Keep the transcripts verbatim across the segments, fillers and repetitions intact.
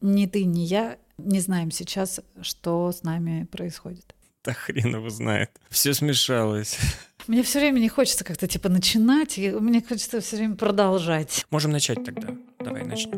ни ты, ни я не знаем сейчас, что с нами происходит. Да хрен его знает. Все смешалось. Мне все время не хочется как-то типа начинать, и мне хочется все время продолжать. Можем начать тогда. Давай начнем.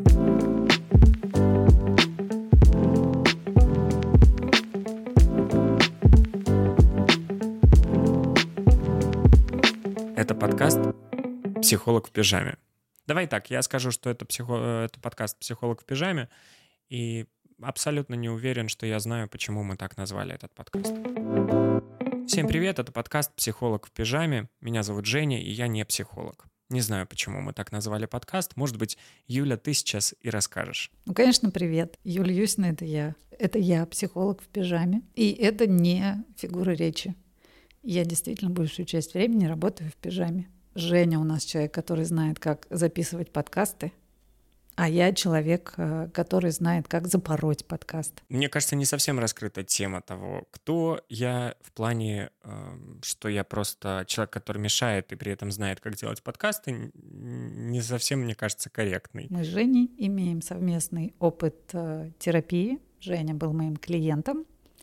Это подкаст «Психолог в пижаме». Давай так, я скажу, что это, психо... это подкаст «Психолог в пижаме», и абсолютно не уверен, что я знаю, почему мы так назвали этот подкаст. Всем привет, это подкаст «Психолог в пижаме». Меня зовут Женя, и я не психолог. Не знаю, почему мы так назвали подкаст. Может быть, Юля, ты сейчас и расскажешь. Ну, конечно, привет. Юля Юсина — это я. Это я, психолог в пижаме. И это не фигура речи. Я действительно большую часть времени работаю в пижаме. Женя у нас человек, который знает, как записывать подкасты, а я человек, который знает, как запороть подкаст. Мне кажется, не совсем раскрыта тема того, кто я в плане, что я просто человек, который мешает и при этом знает, как делать подкасты, не совсем, мне кажется, корректный. Мы с Женей имеем совместный опыт терапии. Женя был моим клиентом.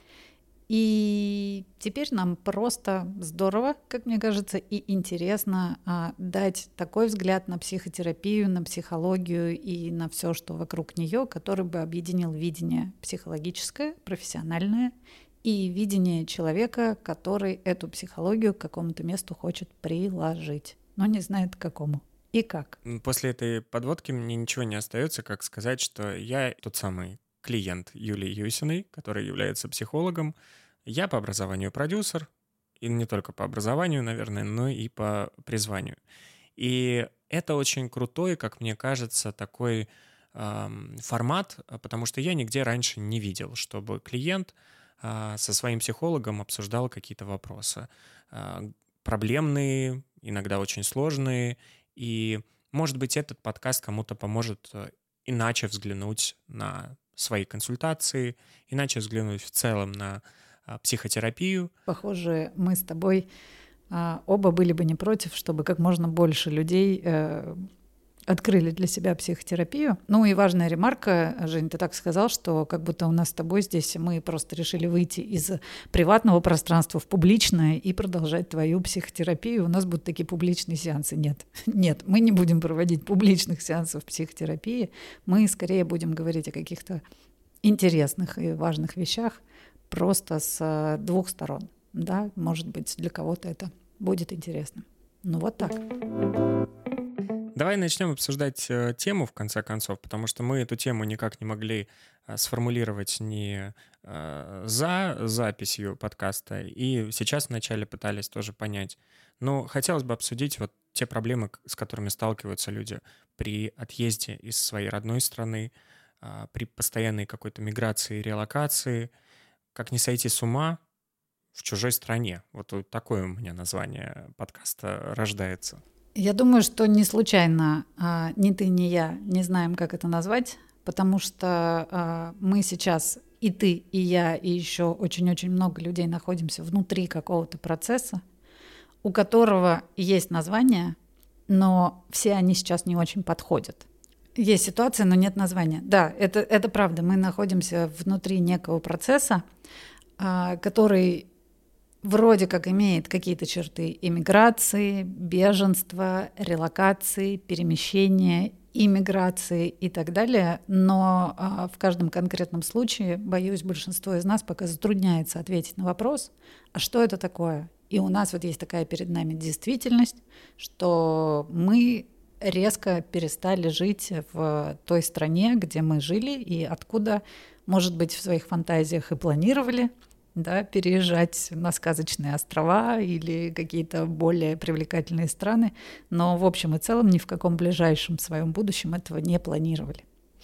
И теперь нам просто здорово, как мне кажется, и интересно а, дать такой взгляд на психотерапию, на психологию и на все, что вокруг нее, который бы объединил видение психологическое, профессиональное и видение человека, который эту психологию к какому-то месту хочет приложить, но не знает к какому и как. После этой подводки мне ничего не остается, как сказать, что я тот самый клиент Юлии Юсиной, который является психологом. Я по образованию продюсер, и не только по образованию, наверное, но и по призванию. И это очень крутой, как мне кажется, такой э, формат, потому что я нигде раньше не видел, чтобы клиент э, со своим психологом обсуждал какие-то вопросы. Э, проблемные, иногда очень сложные. И, может быть, этот подкаст кому-то поможет иначе взглянуть на свои консультации, иначе взглянуть в целом на а, психотерапию. Похоже, мы с тобой а, оба были бы не против, чтобы как можно больше людей э, открыли для себя психотерапию. Ну и важная ремарка, Жень, ты так сказал, что как будто у нас с тобой здесь мы просто решили выйти из приватного пространства в публичное и продолжать твою психотерапию. У нас будут такие публичные сеансы. Нет, нет, мы не будем проводить публичных сеансов психотерапии. Мы скорее будем говорить о каких-то интересных и важных вещах просто с двух сторон. Да, может быть, для кого-то это будет интересно. Ну вот так. Давай начнем обсуждать э, тему, в конце концов, потому что мы эту тему никак не могли э, сформулировать ни э, за записью подкаста, и сейчас вначале пытались тоже понять. Но хотелось бы обсудить вот те проблемы, с которыми сталкиваются люди при отъезде из своей родной страны, э, при постоянной какой-то миграции и релокации, как не сойти с ума в чужой стране. Вот такое у меня название подкаста рождается. Я думаю, что не случайно а, ни ты, ни я не знаем, как это назвать, потому что а, мы сейчас, и ты, и я, и еще очень-очень много людей находимся внутри какого-то процесса, у которого есть название, но все они сейчас не очень подходят. Есть ситуация, но нет названия. Да, это, это правда. Мы находимся внутри некого процесса, а, который вроде как имеет какие-то черты иммиграции, беженства, релокации, перемещения, иммиграции и так далее. Но а, в каждом конкретном случае, боюсь, большинство из нас пока затрудняется ответить на вопрос, а что это такое? И у нас вот есть такая перед нами действительность, что мы резко перестали жить в той стране, где мы жили и откуда, может быть, в своих фантазиях и планировали, да, переезжать на сказочные острова или какие-то более привлекательные страны, но в общем и целом ни в каком ближайшем своем будущем этого не планировали.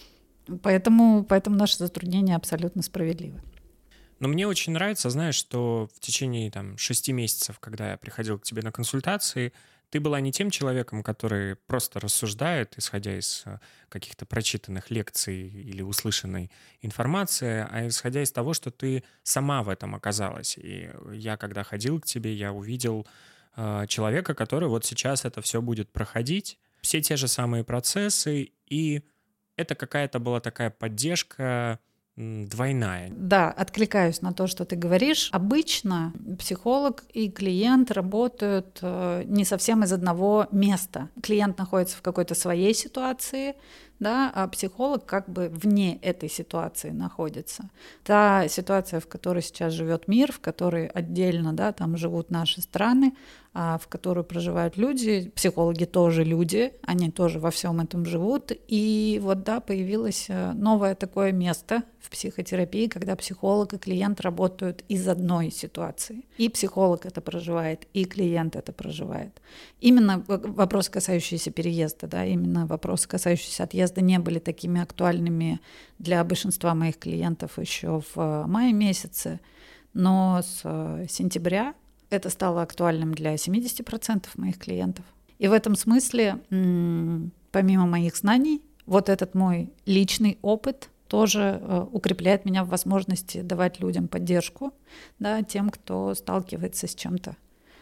Поэтому, поэтому наше затруднение абсолютно справедливо. Но мне очень нравится, знаешь, что в течение там, шести месяцев, когда я приходил к тебе на консультации, ты была не тем человеком, который просто рассуждает, исходя из каких-то прочитанных лекций или услышанной информации, а исходя из того, что ты сама в этом оказалась. И я, когда ходил к тебе, я увидел э, человека, который вот сейчас это все будет проходить, все те же самые процессы, и это какая-то была такая поддержка двойная. Да, откликаюсь на то, что ты говоришь. Обычно психолог и клиент работают э, не совсем из одного места. Клиент находится в какой-то своей ситуации, да, а психолог как бы вне этой ситуации находится. Та ситуация, в которой сейчас живет мир, в которой отдельно, да, там живут наши страны, а в которой проживают люди, психологи тоже люди, они тоже во всем этом живут. И вот, да, появилось новое такое место в психотерапии, когда психолог и клиент работают из одной ситуации. И психолог это проживает, и клиент это проживает. Именно вопросы, касающиеся переезда, да, именно вопросы, касающиеся отъезда, не были такими актуальными для большинства моих клиентов еще в мае месяце, но с сентября это стало актуальным для семьдесят процентов моих клиентов. И в этом смысле, помимо моих знаний, вот этот мой личный опыт тоже укрепляет меня в возможности давать людям поддержку, да, тем, кто сталкивается с чем-то,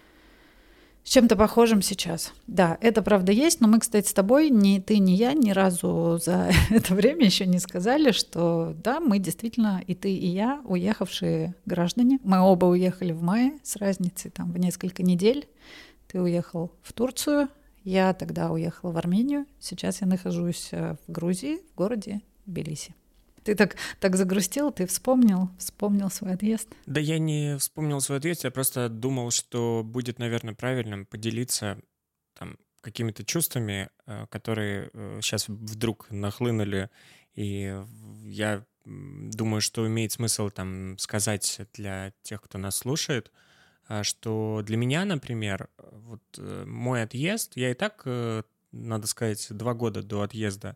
с чем-то похожим сейчас. Да, это правда есть, но мы, кстати, с тобой, ни ты, ни я, ни разу за это время еще не сказали, что да, мы действительно, и ты, и я, уехавшие граждане. Мы оба уехали в мае с разницей там в несколько недель. Ты уехал в Турцию, я тогда уехала в Армению. Сейчас я нахожусь в Грузии, в городе Тбилиси. Ты так, так загрустил, ты вспомнил, вспомнил свой отъезд? Да я не вспомнил свой отъезд, я просто думал, что будет, наверное, правильным поделиться там какими-то чувствами, которые сейчас вдруг нахлынули, и я думаю, что имеет смысл там сказать для тех, кто нас слушает, что для меня, например, вот мой отъезд, я и так, надо сказать, два года до отъезда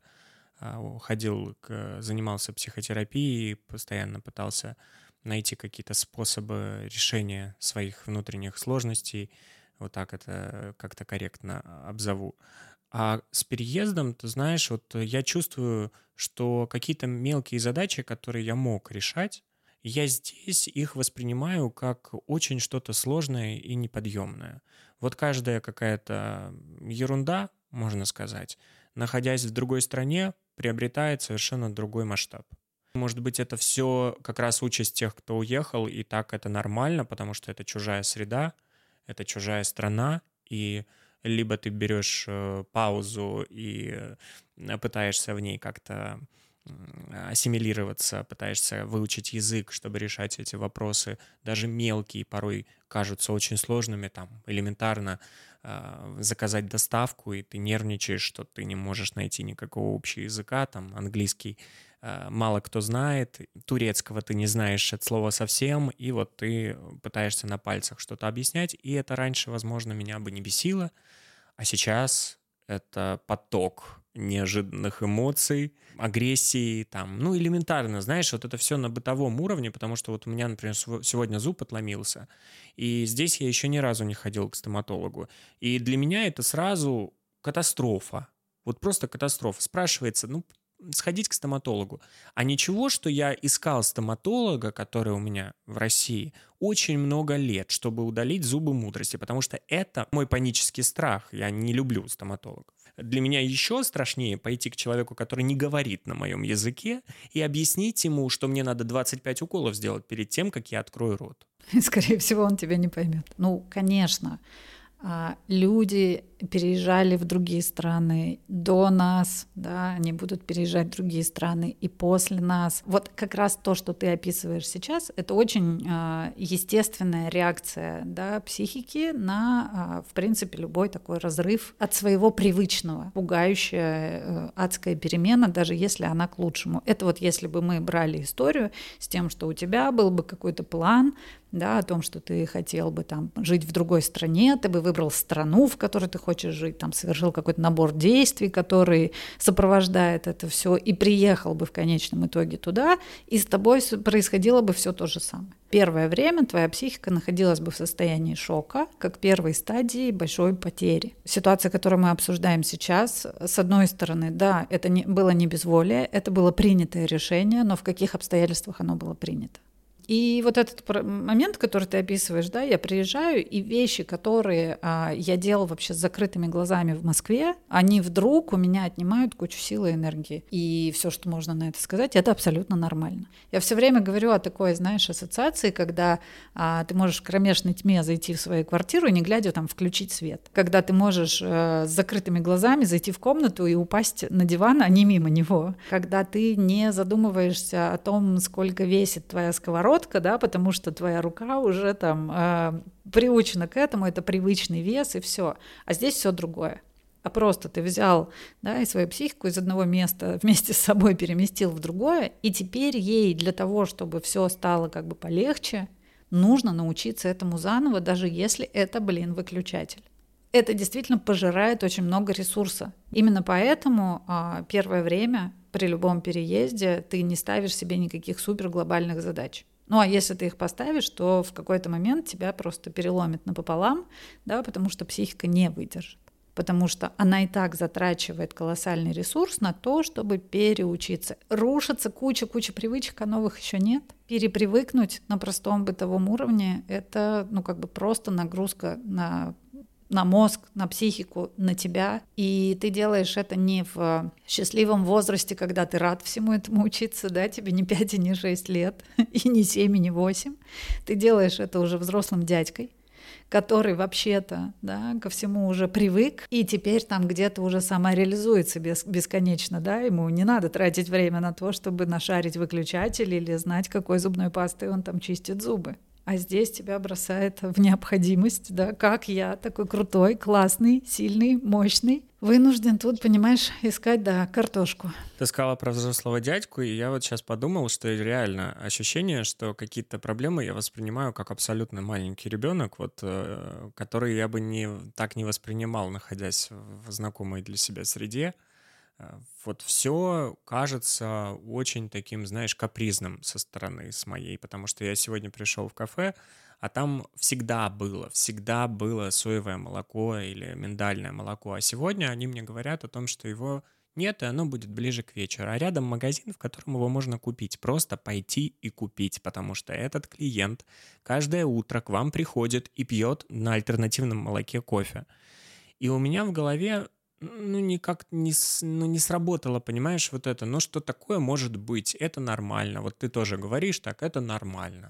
ходил, занимался психотерапией, постоянно пытался найти какие-то способы решения своих внутренних сложностей, вот так это как-то корректно обзову. А с переездом, ты знаешь, вот я чувствую, что какие-то мелкие задачи, которые я мог решать, я здесь их воспринимаю как очень что-то сложное и неподъемное. Вот каждая какая-то ерунда, можно сказать, находясь в другой стране, приобретает совершенно другой масштаб. Может быть, это все как раз участь тех, кто уехал, и так это нормально, потому что это чужая среда, это чужая страна, и либо ты берешь паузу и пытаешься в ней как-то ассимилироваться, пытаешься выучить язык, чтобы решать эти вопросы, даже мелкие, порой кажутся очень сложными, там, элементарно э, заказать доставку, и ты нервничаешь, что ты не можешь найти никакого общего языка, там, английский э, мало кто знает, турецкого ты не знаешь от слова совсем, и вот ты пытаешься на пальцах что-то объяснять, и это раньше, возможно, меня бы не бесило, а сейчас это поток неожиданных эмоций, агрессии, там, ну, элементарно, знаешь, вот это все на бытовом уровне, потому что вот у меня, например, сегодня зуб отломился, и здесь я еще ни разу не ходил к стоматологу, и для меня это сразу катастрофа, вот просто катастрофа. Спрашивается, ну, сходить к стоматологу. А ничего, что я искал стоматолога, который у меня в России, очень много лет, чтобы удалить зубы мудрости, потому что это мой панический страх. Я не люблю стоматологов. Для меня еще страшнее пойти к человеку, который не говорит на моем языке, и объяснить ему, что мне надо двадцать пять уколов сделать перед тем, как я открою рот. И, скорее всего, он тебя не поймет. Ну, конечно. Люди переезжали в другие страны до нас, да, они будут переезжать в другие страны и после нас. Вот как раз то, что ты описываешь сейчас, это очень э, естественная реакция, да, психики на, э, в принципе, любой такой разрыв от своего привычного, пугающая э, адская перемена, даже если она к лучшему. Это вот если бы мы брали историю с тем, что у тебя был бы какой-то план, да, о том, что ты хотел бы там жить в другой стране, ты бы выбрал страну, в которой ты хочешь жить, там совершил какой-то набор действий, который сопровождает это все, и приехал бы в конечном итоге туда, и с тобой происходило бы все то же самое. Первое время твоя психика находилась бы в состоянии шока, как первой стадии большой потери. Ситуация, которую мы обсуждаем сейчас, с одной стороны, да, это не, было не безволие, это было принятое решение, но в каких обстоятельствах оно было принято? И вот этот момент, который ты описываешь, да, я приезжаю, и вещи, которые а, я делал вообще с закрытыми глазами в Москве, они вдруг у меня отнимают кучу сил и энергии. И все, что можно на это сказать, это абсолютно нормально. Я все время говорю о такой, знаешь, ассоциации, когда а, ты можешь в кромешной тьме зайти в свою квартиру и не глядя там включить свет. Когда ты можешь а, с закрытыми глазами зайти в комнату и упасть на диван, а не мимо него. Когда ты не задумываешься о том, сколько весит твоя сковородка, да, потому что твоя рука уже там э, приучена к этому, это привычный вес и все. А здесь все другое. А просто ты взял, да, и свою психику из одного места вместе с собой переместил в другое, и теперь ей для того, чтобы все стало как бы полегче, нужно научиться этому заново, даже если это, блин, выключатель. Это действительно пожирает очень много ресурса. Именно поэтому э, первое время при любом переезде ты не ставишь себе никаких суперглобальных задач. Ну, а если ты их поставишь, то в какой-то момент тебя просто переломит напополам, да, потому что психика не выдержит. Потому что она и так затрачивает колоссальный ресурс на то, чтобы переучиться. Рушится куча-куча привычек, а новых еще нет. Перепривыкнуть на простом бытовом уровне – это, ну, как бы просто нагрузка на на мозг, на психику, на тебя. И ты делаешь это не в счастливом возрасте, когда ты рад всему этому учиться, да, тебе не пять и не шесть лет, и не семь и не восемь. Ты делаешь это уже взрослым дядькой, который вообще-то, да, ко всему уже привык, и теперь там где-то уже самореализуется бес- бесконечно, да, ему не надо тратить время на то, чтобы нашарить выключатель или знать, какой зубной пастой он там чистит зубы. А здесь тебя бросает в необходимость, да, как я, такой крутой, классный, сильный, мощный, вынужден тут, понимаешь, искать, да, картошку. Ты сказала про взрослого дядьку, и я вот сейчас подумал, что реально ощущение, что какие-то проблемы я воспринимаю как абсолютно маленький ребенок, вот, э, который я бы не, так не воспринимал, находясь в знакомой для себя среде. Вот все кажется очень таким, знаешь, капризным со стороны с моей, потому что я сегодня пришел в кафе, а там всегда было, всегда было соевое молоко или миндальное молоко, а сегодня они мне говорят о том, что его нет, и оно будет ближе к вечеру, а рядом магазин, в котором его можно купить, просто пойти и купить, потому что этот клиент каждое утро к вам приходит и пьет на альтернативном молоке кофе. И у меня в голове ну, никак не, с- ну, не сработало, понимаешь, вот это. Ну, что такое может быть? Это нормально. Вот ты тоже говоришь так, это нормально.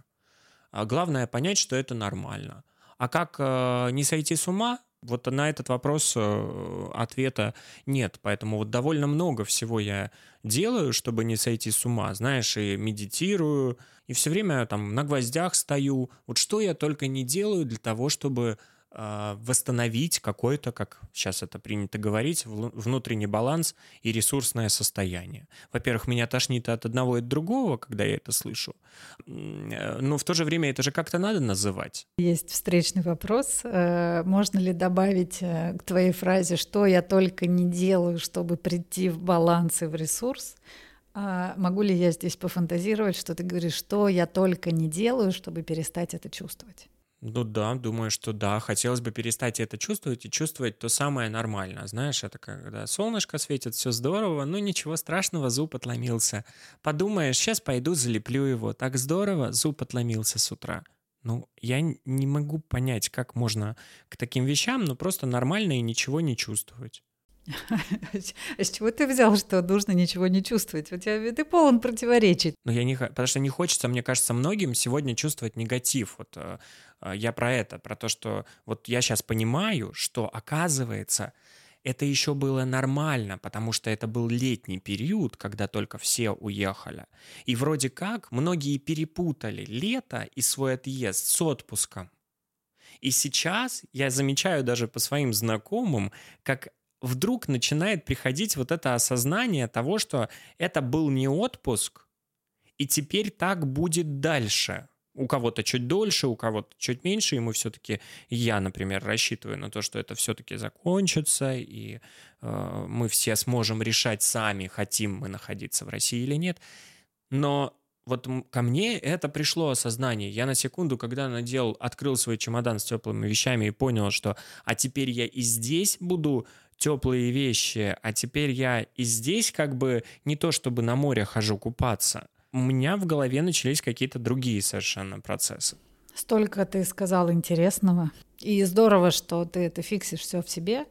А главное понять, что это нормально. А как э, не сойти с ума? Вот на этот вопрос э, ответа нет. Поэтому вот довольно много всего я делаю, чтобы не сойти с ума. Знаешь, и медитирую, и все время там на гвоздях стою. Вот что я только не делаю для того, чтобы э, восстановить какой-то, как сейчас это принято говорить, влу- внутренний баланс и ресурсное состояние. Во-первых, меня тошнит от одного и от другого, когда я это слышу. М, э, Но в то же время это же как-то надо называть. Есть встречный вопрос. Э, Можно ли добавить э, к твоей фразе, что я только не делаю, чтобы прийти в баланс и в ресурс? А могу ли я здесь пофантазировать, что ты говоришь, что я только не делаю, чтобы перестать это чувствовать? Ну да, думаю, что да. Хотелось бы перестать это чувствовать и чувствовать то самое нормально. Знаешь, это когда солнышко светит, все здорово, ну ничего страшного, зуб отломился. Подумаешь, сейчас пойду залеплю его. Так здорово, зуб отломился с утра. Ну, я н- не могу понять, как можно к таким вещам, ну просто нормально и ничего не чувствовать. А с чего ты взял, что нужно ничего не чувствовать? У тебя ты полон противоречий. Но я не... х- Потому что не хочется, мне кажется, многим сегодня чувствовать негатив. Вот э, э, я про это, про то, что вот я сейчас понимаю, что оказывается, это еще было нормально, потому что это был летний период, когда только все уехали. И вроде как многие перепутали лето и свой отъезд с отпуском. И сейчас я замечаю даже по своим знакомым, как вдруг начинает приходить вот это осознание того, что это был не отпуск, и теперь так будет дальше. У кого-то чуть дольше, у кого-то чуть меньше, и мы все-таки, я, например, рассчитываю на то, что это все-таки закончится, и э, мы все сможем решать сами, хотим мы находиться в России или нет. Но вот м- ко мне это пришло осознание. Я на секунду, когда надел, открыл свой чемодан с теплыми вещами и понял, что а теперь я и здесь буду теплые вещи, а теперь я и здесь как бы не то чтобы на море хожу купаться, у меня в голове начались какие-то другие совершенно процессы. Столько ты сказал интересного. И здорово, что ты это фиксишь все в себе.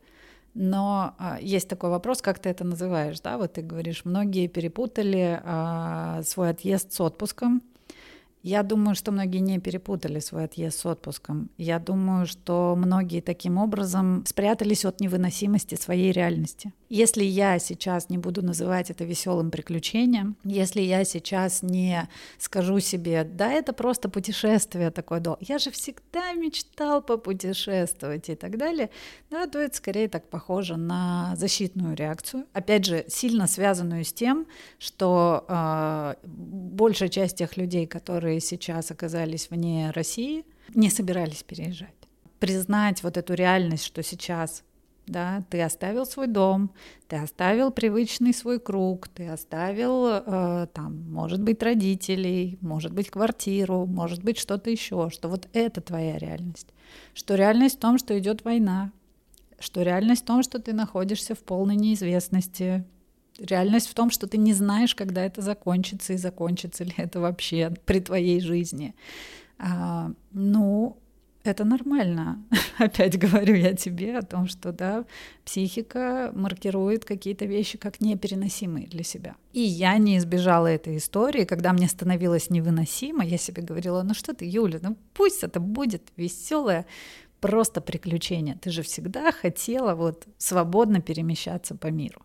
Но а, есть такой вопрос, как ты это называешь, да? Вот ты говоришь, многие перепутали а, свой отъезд с отпуском. Я думаю, что многие не перепутали свой отъезд с отпуском. Я думаю, что многие таким образом спрятались от невыносимости своей реальности. Если я сейчас не буду называть это веселым приключением, если я сейчас не скажу себе, да, это просто путешествие такое, да, я же всегда мечтал попутешествовать и так далее, да, то это скорее так похоже на защитную реакцию. Опять же, сильно связанную с тем, что э, большая часть тех людей, которые сейчас оказались вне России, не собирались переезжать. Признать вот эту реальность, что сейчас, да, ты оставил свой дом, ты оставил привычный свой круг, ты оставил, э, там, может быть, родителей, может быть, квартиру, может быть, что-то еще, что вот это твоя реальность. Что реальность в том, что идет война, что реальность в том, что ты находишься в полной неизвестности, реальность в том, что ты не знаешь, когда это закончится, и закончится ли это вообще при твоей жизни. А, ну, это нормально. Опять говорю я тебе о том, что да, психика маркирует какие-то вещи как непереносимые для себя. И я не избежала этой истории. Когда мне становилось невыносимо, я себе говорила, ну что ты, Юля, ну пусть это будет веселое просто приключение. Ты же всегда хотела вот свободно перемещаться по миру.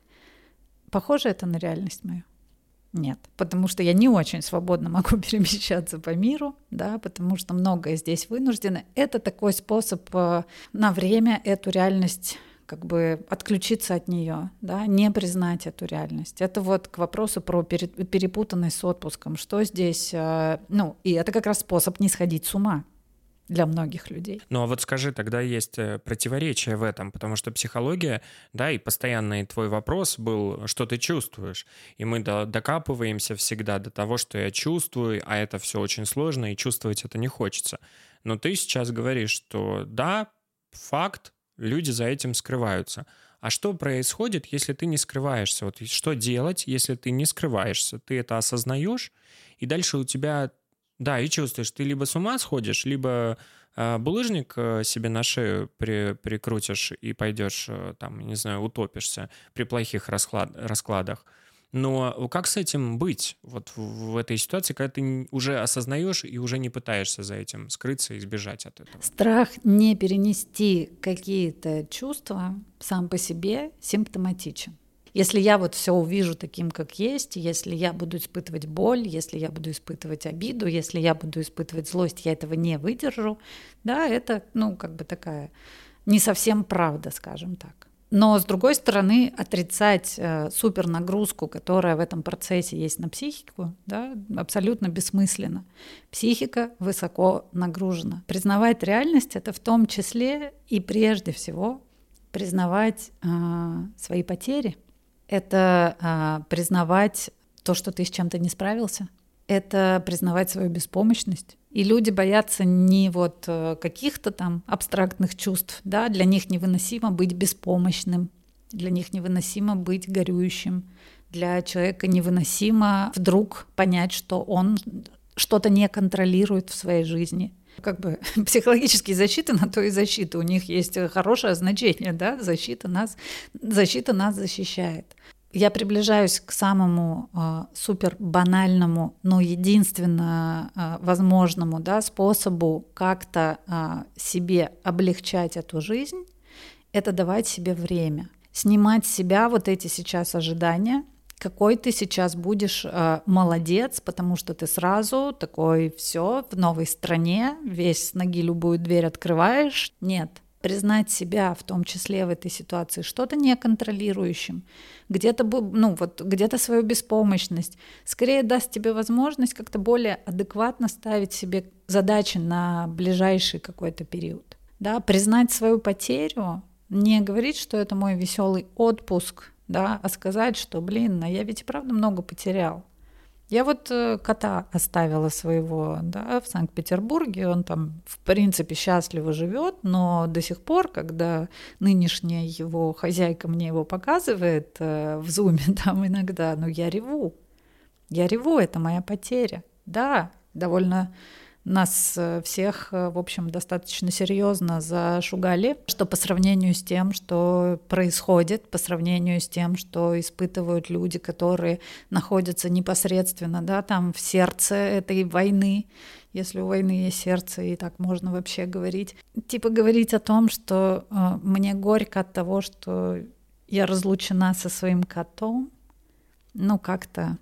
Похоже это на реальность мою? Нет, потому что я не очень свободно могу перемещаться по миру, да, потому что многое здесь вынуждено. Это такой способ э, на время эту реальность как бы отключиться от нее, да, не признать эту реальность. Это вот к вопросу про перепутанность с отпуском. Что здесь, э, ну, и это как раз способ не сходить с ума для многих людей. Ну а вот скажи, тогда есть противоречие в этом, потому что психология, да, и постоянный твой вопрос был, что ты чувствуешь, и мы докапываемся всегда до того, что я чувствую, а это все очень сложно, и чувствовать это не хочется. Но ты сейчас говоришь, что да, факт, люди за этим скрываются. А что происходит, если ты не скрываешься? Вот что делать, если ты не скрываешься? Ты это осознаешь, и дальше у тебя... Да, и чувствуешь, ты либо с ума сходишь, либо э, булыжник э, себе на шею при, прикрутишь и пойдешь, э, там, не знаю, утопишься при плохих расклад, раскладах. Но как с этим быть вот в, в этой ситуации, когда ты уже осознаешь и уже не пытаешься за этим скрыться и избежать от этого? Страх не перенести какие-то чувства сам по себе симптоматичен. Если я вот все увижу таким, как есть, если я буду испытывать боль, если я буду испытывать обиду, если я буду испытывать злость, я этого не выдержу, да, это, ну, как бы такая не совсем правда, скажем так. Но, с другой стороны, отрицать э, супернагрузку, которая в этом процессе есть на психику, да, абсолютно бессмысленно. Психика высоко нагружена. Признавать реальность — это в том числе и прежде всего признавать э, свои потери. Это а, признавать то, что ты с чем-то не справился. Это признавать свою беспомощность. И люди боятся не вот каких-то там абстрактных чувств, да, для них невыносимо быть беспомощным, для них невыносимо быть горюющим, для человека невыносимо вдруг понять, что он что-то не контролирует в своей жизни. Как бы психологические защиты на то и защита. У них есть хорошее значение, да, защита нас, защита нас защищает. Я приближаюсь к самому э, супер банальному, но единственно э, возможному, да, способу как-то э, себе облегчать эту жизнь, это давать себе время, снимать с себя вот эти сейчас ожидания, какой ты сейчас будешь э, молодец, потому что ты сразу такой все в новой стране, весь с ноги любую дверь открываешь. Нет. Признать себя, в том числе в этой ситуации, что-то неконтролирующим, где-то, ну, вот, где-то свою беспомощность, скорее даст тебе возможность как-то более адекватно ставить себе задачи на ближайший какой-то период. Да? Признать свою потерю, не говорить, что это мой веселый отпуск, да, а сказать, что, блин, а я ведь и правда много потерял. Я вот кота оставила своего, да, в Санкт-Петербурге, он там в принципе счастливо живет, но до сих пор, когда нынешняя его хозяйка мне его показывает в зуме там иногда, ну я реву. Я реву, это моя потеря. Да, довольно нас всех, в общем, достаточно серьезно зашугали, что по сравнению с тем, что происходит, по сравнению с тем, что испытывают люди, которые находятся непосредственно, да, там в сердце этой войны, если у войны есть сердце, и так можно вообще говорить. Типа говорить о том, что э, мне горько от того, что я разлучена со своим котом, ну как-то,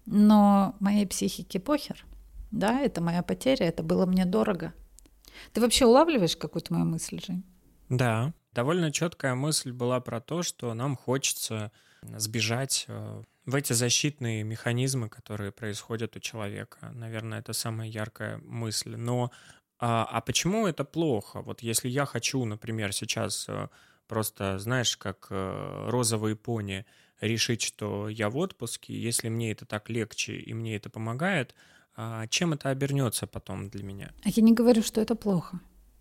но моей психике похер. Да, это моя потеря, это было мне дорого. Ты вообще улавливаешь какую-то мою мысль, Жень? Да, довольно четкая мысль была про то, что нам хочется сбежать в эти защитные механизмы, которые происходят у человека. Наверное, это самая яркая мысль. Но а, а почему это плохо? Вот если я хочу, например, сейчас просто, знаешь, как розовые пони, решить, что я в отпуске, если мне это так легче и мне это помогает, а чем это обернется потом для меня? Я не говорю, что это плохо.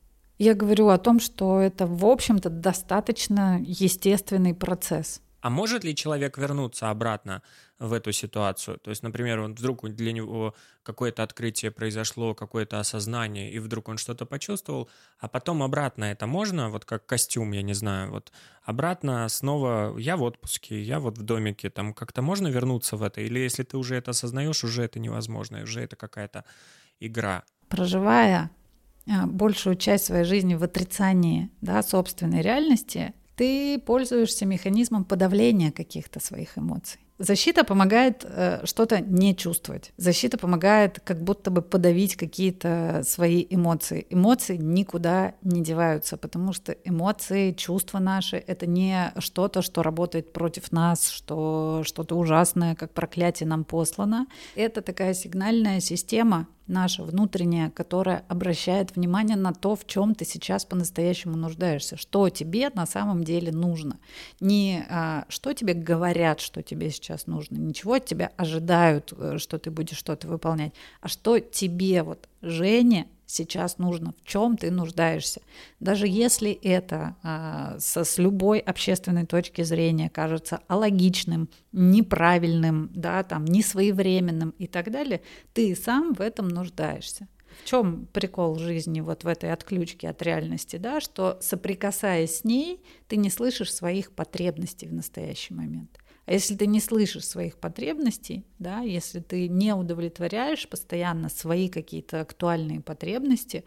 Я говорю о том, что это, в общем-то, достаточно естественный процесс. А может ли человек вернуться обратно в эту ситуацию? То есть, например, он вдруг для него какое-то открытие произошло, какое-то осознание, и вдруг он что-то почувствовал, а потом обратно это можно, вот как костюм, я не знаю, вот обратно снова я в отпуске, я вот в домике, там как-то можно вернуться в это? Или если ты уже это осознаешь, уже это невозможно, уже это какая-то игра? Проживая большую часть своей жизни в отрицании, да, собственной реальности, ты пользуешься механизмом подавления каких-то своих эмоций. Защита помогает э, что-то не чувствовать. Защита помогает как будто бы подавить какие-то свои эмоции. Эмоции никуда не деваются, потому что эмоции, чувства наши — это не что-то, что работает против нас, что что-то ужасное, как проклятие нам послано. Это такая сигнальная система наша внутренняя, которая обращает внимание на то, в чем ты сейчас по-настоящему нуждаешься, что тебе на самом деле нужно. Не а, что тебе говорят, что тебе сейчас нужно, ничего от тебя ожидают, что ты будешь что-то выполнять, а что тебе, вот, Жене, сейчас нужно, в чем ты нуждаешься. Даже если это а, со, с любой общественной точки зрения кажется алогичным, неправильным, да, там, несвоевременным и так далее, ты сам в этом нуждаешься. В чем прикол жизни вот в этой отключке от реальности, да, что соприкасаясь с ней, ты не слышишь своих потребностей в настоящий момент. А если ты не слышишь своих потребностей, да, если ты не удовлетворяешь постоянно свои какие-то актуальные потребности,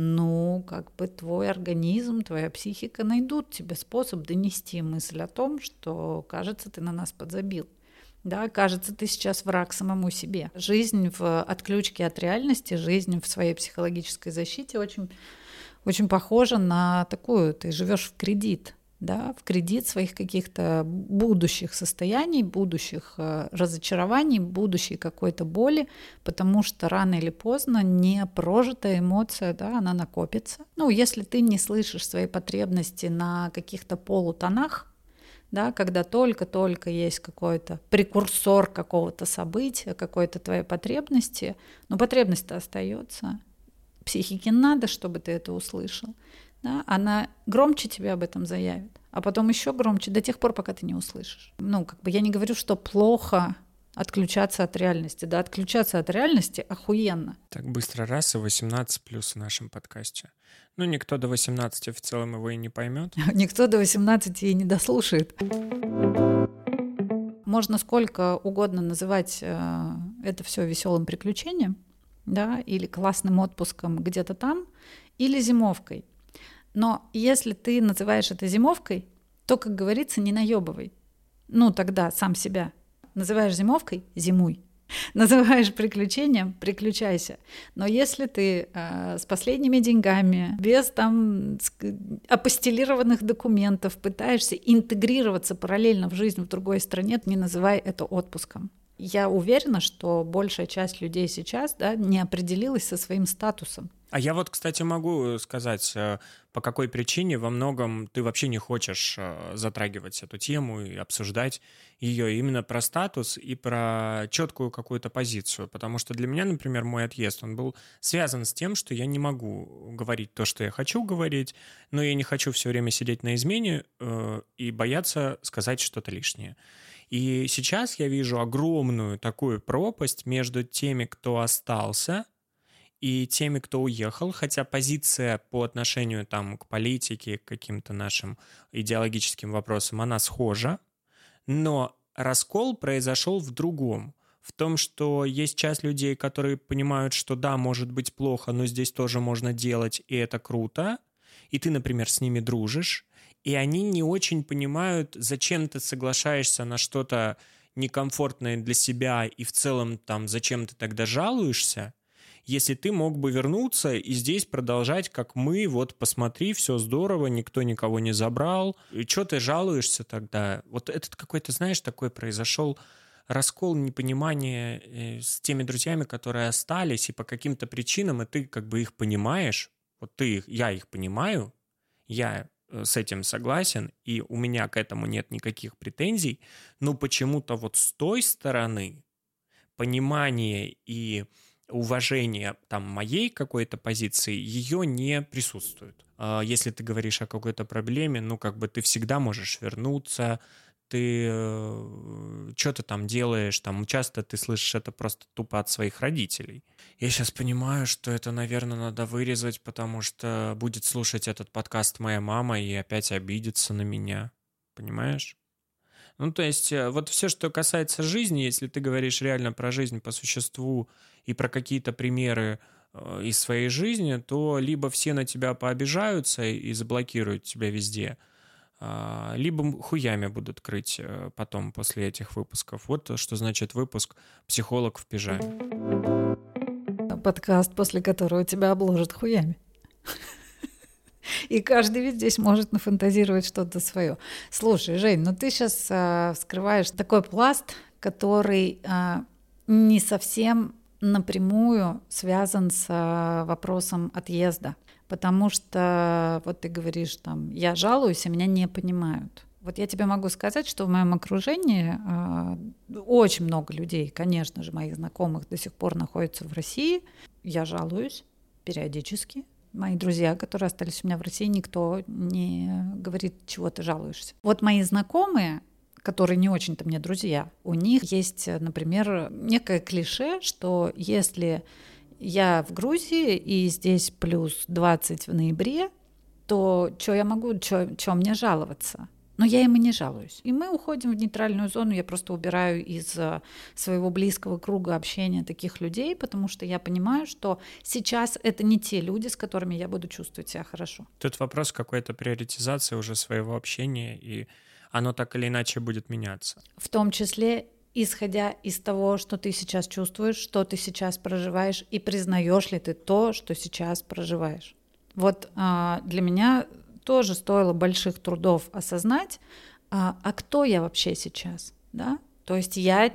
ну, как бы твой организм, твоя психика найдут тебе способ донести мысль о том, что, кажется, ты на нас подзабил. Да, кажется, ты сейчас враг самому себе. Жизнь в отключке от реальности, жизнь в своей психологической защите очень, очень похожа на такую, ты живешь в кредит. Да, в кредит своих каких-то будущих состояний, будущих э, разочарований, будущей какой-то боли, потому что рано или поздно непрожитая эмоция, да, она накопится. Ну, если ты не слышишь свои потребности на каких-то полутонах, да, когда только-только есть какой-то прекурсор какого-то события, какой-то твоей потребности, но потребность-то остается. Психике надо, чтобы ты это услышал. Да, она громче тебе об этом заявит, а потом еще громче до тех пор, пока ты не услышишь. Ну, как бы я не говорю, что плохо отключаться от реальности. Да, отключаться от реальности охуенно. Так быстро раз и восемнадцать плюс в нашем подкасте. Ну, никто до восемнадцати в целом его и не поймет. Никто до восемнадцати и не дослушает. Можно сколько угодно называть э, это все веселым приключением, да, или классным отпуском где-то там, или зимовкой. Но если ты называешь это зимовкой, то, как говорится, не наебывай. Ну, тогда сам себя. Называешь зимовкой — зимуй. Называешь приключением — приключайся. Но если ты э, с последними деньгами, без там апостилированных документов пытаешься интегрироваться параллельно в жизнь в другой стране, не называй это отпуском. Я уверена, что большая часть людей сейчас, да, не определилась со своим статусом. А я вот, кстати, могу сказать, по какой причине во многом ты вообще не хочешь затрагивать эту тему и обсуждать ее именно про статус и про четкую какую-то позицию. Потому что для меня, например, мой отъезд, он был связан с тем, что я не могу говорить то, что я хочу говорить, но я не хочу все время сидеть на измене э, и бояться сказать что-то лишнее. И сейчас я вижу огромную такую пропасть между теми, кто остался, и теми, кто уехал, хотя позиция по отношению там, к политике, к каким-то нашим идеологическим вопросам, она схожа, но раскол произошел в другом. В том, что есть часть людей, которые понимают, что да, может быть плохо, но здесь тоже можно делать, и это круто, и ты, например, с ними дружишь, и они не очень понимают, зачем ты соглашаешься на что-то некомфортное для себя, и в целом там зачем ты тогда жалуешься, если ты мог бы вернуться и здесь продолжать, как мы, вот посмотри, все здорово, никто никого не забрал, и что ты жалуешься тогда? Вот этот какой-то, знаешь, такой произошел раскол, непонимание с теми друзьями, которые остались, и по каким-то причинам, и ты как бы их понимаешь, вот ты их, я их понимаю, я с этим согласен, и у меня к этому нет никаких претензий, но почему-то вот с той стороны понимание и уважение там моей какой-то позиции, ее не присутствует. Если ты говоришь о какой-то проблеме, ну как бы ты всегда можешь вернуться, ты э, что ты там делаешь, там часто ты слышишь это просто тупо от своих родителей. Я сейчас понимаю, что это, наверное, надо вырезать, потому что будет слушать этот подкаст моя мама и опять обидится на меня, понимаешь? Ну, то есть, вот все, что касается жизни, если ты говоришь реально про жизнь по существу и про какие-то примеры э, из своей жизни, то либо все на тебя пообижаются и заблокируют тебя везде, э, либо хуями будут крыть э, потом после этих выпусков. Вот что значит выпуск «Психолог в пижаме». Подкаст, после которого тебя обложат хуями. И каждый ведь здесь может нафантазировать что-то свое. Слушай, Жень, ну ты сейчас а, вскрываешь такой пласт, который а, не совсем напрямую связан с а, вопросом отъезда. Потому что, вот ты говоришь, там, я жалуюсь, а меня не понимают. Вот я тебе могу сказать, что в моем окружении а, очень много людей, конечно же, моих знакомых до сих пор находятся в России. Я жалуюсь периодически. Мои друзья, которые остались у меня в России, никто не говорит, чего ты жалуешься. Вот мои знакомые, которые не очень-то мне друзья, у них есть, например, некое клише, что если я в Грузии и здесь плюс двадцать в ноябре, то что я могу, что мне жаловаться? Но я им и не жалуюсь. И мы уходим в нейтральную зону, я просто убираю из своего близкого круга общения таких людей, потому что я понимаю, что сейчас это не те люди, с которыми я буду чувствовать себя хорошо. Тут вопрос какой-то приоритизации уже своего общения, и оно так или иначе будет меняться. В том числе, исходя из того, что ты сейчас чувствуешь, что ты сейчас проживаешь, и признаешь ли ты то, что сейчас проживаешь. Вот а, для меня тоже стоило больших трудов осознать, а, а кто я вообще сейчас, да? То есть я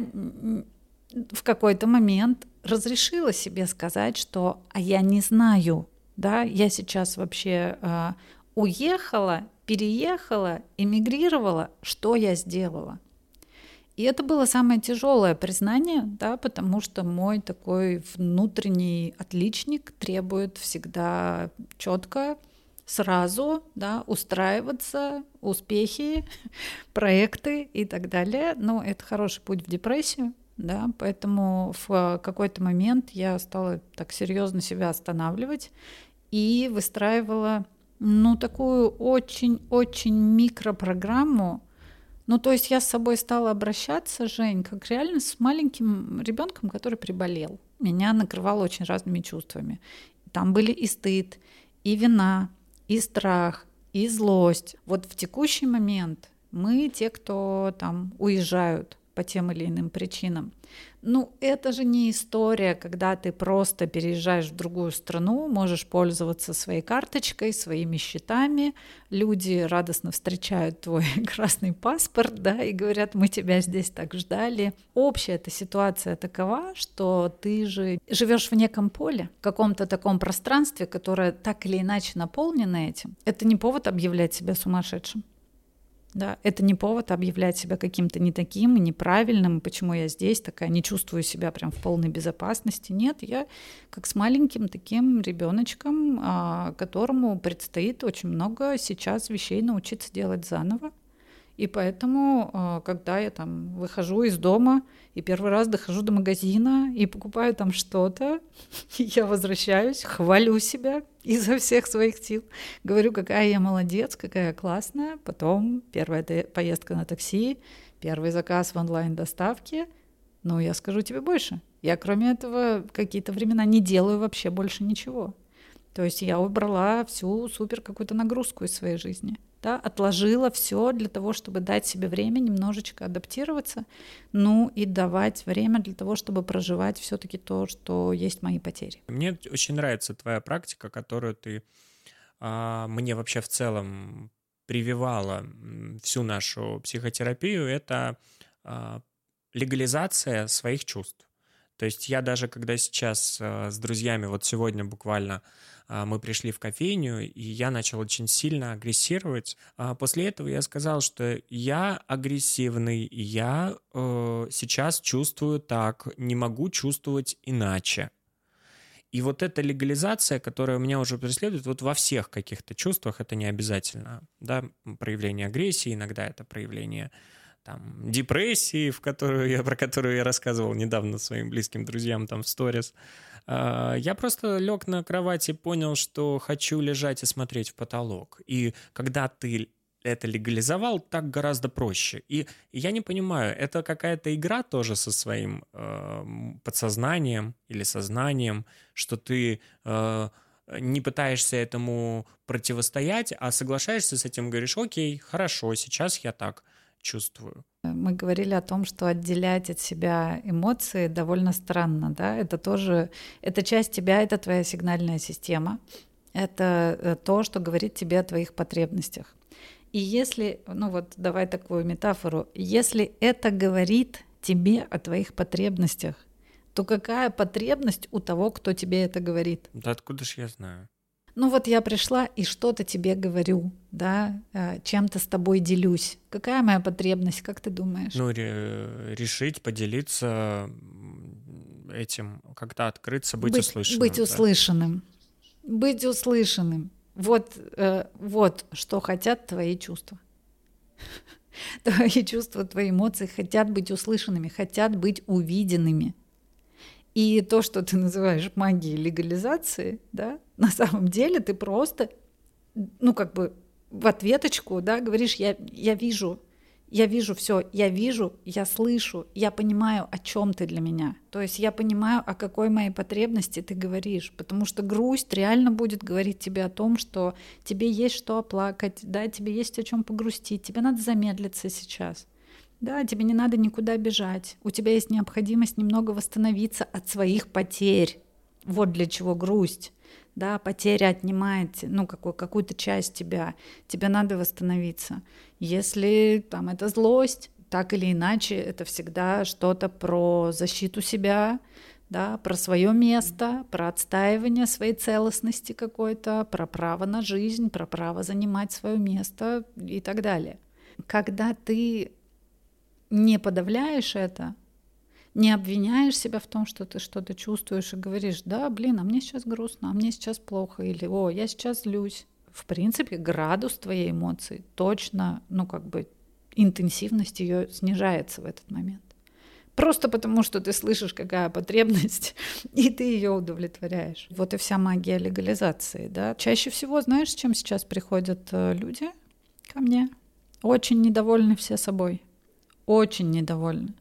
в какой-то момент разрешила себе сказать, что а я не знаю, да, я сейчас вообще а, уехала, переехала, эмигрировала, что я сделала. И это было самое тяжелое признание, да, потому что мой такой внутренний отличник требует всегда четко, сразу, да, устраиваться, успехи, проекты и так далее. Но это хороший путь в депрессию, да, поэтому в какой-то момент я стала так серьезно себя останавливать и выстраивала, ну, такую очень-очень микропрограмму. Ну, то есть я с собой стала обращаться, Жень, как реально с маленьким ребенком, который приболел. Меня накрывало очень разными чувствами. Там были и стыд, и вина, и страх, и злость. Вот в текущий момент мы, те, кто там уезжают по тем или иным причинам, ну, это же не история, когда ты просто переезжаешь в другую страну, можешь пользоваться своей карточкой, своими счетами, люди радостно встречают твой красный паспорт, да, и говорят, мы тебя здесь так ждали. Общая эта ситуация такова, что ты же живешь в неком поле, в каком-то таком пространстве, которое так или иначе наполнено этим. Это не повод объявлять себя сумасшедшим. Да, это не повод объявлять себя каким-то не таким и неправильным, почему я здесь такая, не чувствую себя прям в полной безопасности. Нет, я как с маленьким таким ребеночком, которому предстоит очень много сейчас вещей научиться делать заново. И поэтому, э, когда я там выхожу из дома и первый раз дохожу до магазина и покупаю там что-то, я возвращаюсь, хвалю себя изо всех своих сил, говорю, какая я молодец, какая я классная. Потом первая те- поездка на такси, первый заказ в онлайн-доставке. Ну, я скажу тебе больше. Я, кроме этого, какие-то времена не делаю вообще больше ничего. То есть я убрала всю супер какую-то нагрузку из своей жизни. Да, отложила все для того, чтобы дать себе время немножечко адаптироваться, ну и давать время для того, чтобы проживать все-таки то, что есть мои потери. Мне очень нравится твоя практика, которую ты а, мне вообще в целом прививала м, всю нашу психотерапию. Это а, легализация своих чувств. То есть я даже, когда сейчас а, с друзьями, вот сегодня буквально а, мы пришли в кофейню, и я начал очень сильно агрессировать. А после этого я сказал, что я агрессивный, я э, сейчас чувствую так, не могу чувствовать иначе. И вот эта легализация, которая меня уже преследует, вот во всех каких-то чувствах, это не обязательно, да, проявление агрессии, иногда это проявление там, депрессии, в которую я, про которую я рассказывал недавно своим близким друзьям там в сторис. Я просто лег на кровать и понял, что хочу лежать и смотреть в потолок. И когда ты это легализовал, так гораздо проще. И я не понимаю, это какая-то игра тоже со своим э, подсознанием или сознанием, что ты э, не пытаешься этому противостоять, а соглашаешься с этим, говоришь, окей, хорошо, сейчас я так чувствую. Мы говорили о том, что отделять от себя эмоции довольно странно, да, это тоже, это часть тебя, это твоя сигнальная система, это то, что говорит тебе о твоих потребностях. И если, ну вот давай такую метафору, если это говорит тебе о твоих потребностях, то какая потребность у того, кто тебе это говорит? Да откуда ж я знаю? Ну вот я пришла и что-то тебе говорю, да, чем-то с тобой делюсь. Какая моя потребность, как ты думаешь? Ну, ре- решить, поделиться этим, как-то открыться, быть, быть услышанным. Быть да. услышанным. Быть услышанным. Вот, э, вот что хотят твои чувства. Твои чувства, твои эмоции хотят быть услышанными, хотят быть увиденными. И то, что ты называешь магией легализации, да, на самом деле ты просто, ну, как бы в ответочку, да, говоришь, я, я вижу, я вижу все, я вижу, я слышу, я понимаю, о чем ты для меня. То есть я понимаю, о какой моей потребности ты говоришь, потому что грусть реально будет говорить тебе о том, что тебе есть что оплакать, да, тебе есть о чем погрустить, тебе надо замедлиться сейчас. Да, тебе не надо никуда бежать. У тебя есть необходимость немного восстановиться от своих потерь. Вот для чего грусть. Да, потеря отнимает, ну, какую- какую-то часть тебя. Тебе надо восстановиться. Если там это злость, так или иначе, это всегда что-то про защиту себя, да, про свое место, про отстаивание своей целостности какой-то, про право на жизнь, про право занимать свое место и так далее. Когда ты не подавляешь это, не обвиняешь себя в том, что ты что-то чувствуешь и говоришь, да, блин, а мне сейчас грустно, а мне сейчас плохо, или, о, я сейчас злюсь. В принципе, градус твоей эмоции точно, ну, как бы, интенсивность ее снижается в этот момент. Просто потому, что ты слышишь, какая потребность, и ты ее удовлетворяешь. Вот и вся магия легализации, да. Чаще всего, знаешь, с чем сейчас приходят люди ко мне? Очень недовольны все собой. Очень недовольны.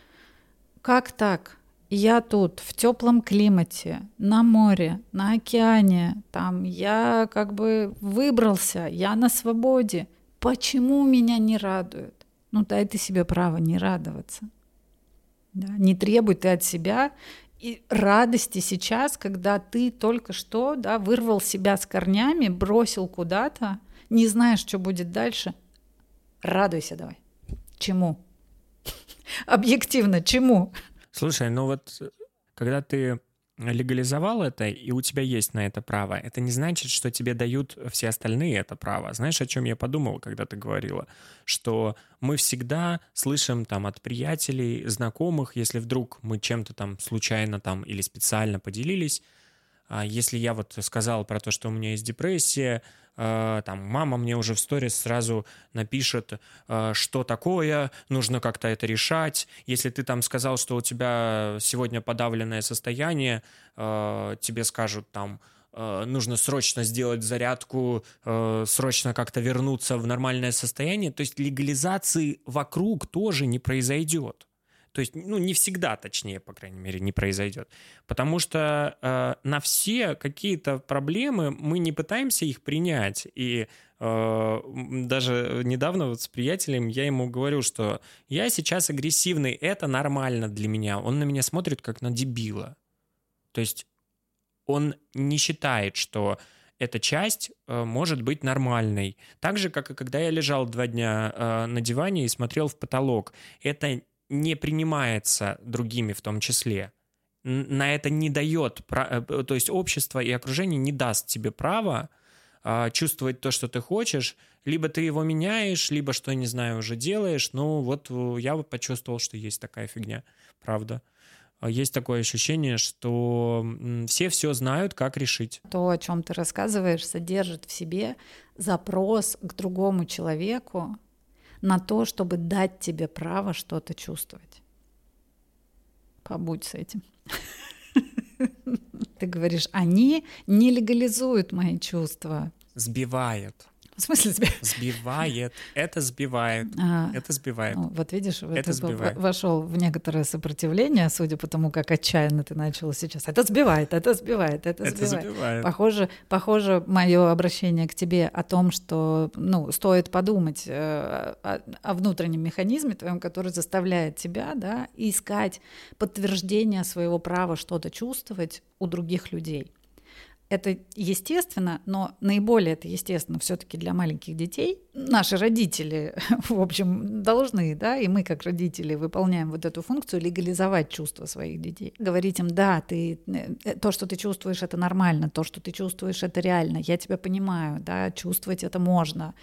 Как так? Я тут в теплом климате, на море, на океане, там я как бы выбрался, я на свободе. Почему меня не радует? Ну дай ты себе право не радоваться. Да? Не требуй ты от себя и радости сейчас, когда ты только что, да, вырвал себя с корнями, бросил куда-то, не знаешь, что будет дальше. Радуйся давай. Чему? Объективно, чему? Слушай, ну вот когда ты легализовал это, и у тебя есть на это право, это не значит, что тебе дают все остальные это право. Знаешь, о чем я подумал, когда ты говорила? Что мы всегда слышим там от приятелей, знакомых, если вдруг мы чем-то там случайно там или специально поделились, А если я вот сказал про то, что у меня есть депрессия, э, там мама мне уже в сторис сразу напишет, э, что такое, нужно как-то это решать. Если ты там сказал, что у тебя сегодня подавленное состояние, э, тебе скажут там, э, нужно срочно сделать зарядку, э, срочно как-то вернуться в нормальное состояние. То есть легализации вокруг тоже не произойдет. То есть, ну, не всегда, точнее, по крайней мере, не произойдет. Потому что э, на все какие-то проблемы мы не пытаемся их принять. И э, даже недавно вот с приятелем я ему говорю, что я сейчас агрессивный, это нормально для меня. Он на меня смотрит как на дебила. То есть он не считает, что эта часть э, может быть нормальной. Так же, как и когда я лежал два дня э, на диване и смотрел в потолок. Это не принимается другими в том числе. На это не дает, то есть общество и окружение не даст тебе права а, чувствовать то, что ты хочешь, либо ты его меняешь, либо, что, не знаю, уже делаешь. Ну вот я вот почувствовал, что есть такая фигня, правда. Есть такое ощущение, что все все знают, как решить. То, о чем ты рассказываешь, содержит в себе запрос к другому человеку на то, чтобы дать тебе право что-то чувствовать. Побудь с этим. Ты говоришь, они не легализуют мои чувства. Сбивает. В смысле сбивает? Сбивает. Это сбивает. А, это сбивает. Ну, вот видишь, это ты сбивает. Вошел в некоторое сопротивление, судя по тому, как отчаянно ты начал сейчас. Это сбивает, это сбивает, это, это сбивает. сбивает. Похоже, похоже, мое обращение к тебе о том, что ну, стоит подумать э, о, о внутреннем механизме твоем, который заставляет тебя, да, искать подтверждение своего права что-то чувствовать у других людей. Это естественно, но наиболее это естественно все-таки для маленьких детей. Наши родители, в общем, должны, да, и мы как родители выполняем вот эту функцию легализовать чувства своих детей. Говорить им, да, ты, то, что ты чувствуешь, это нормально, то, что ты чувствуешь, это реально, я тебя понимаю, да, чувствовать это можно.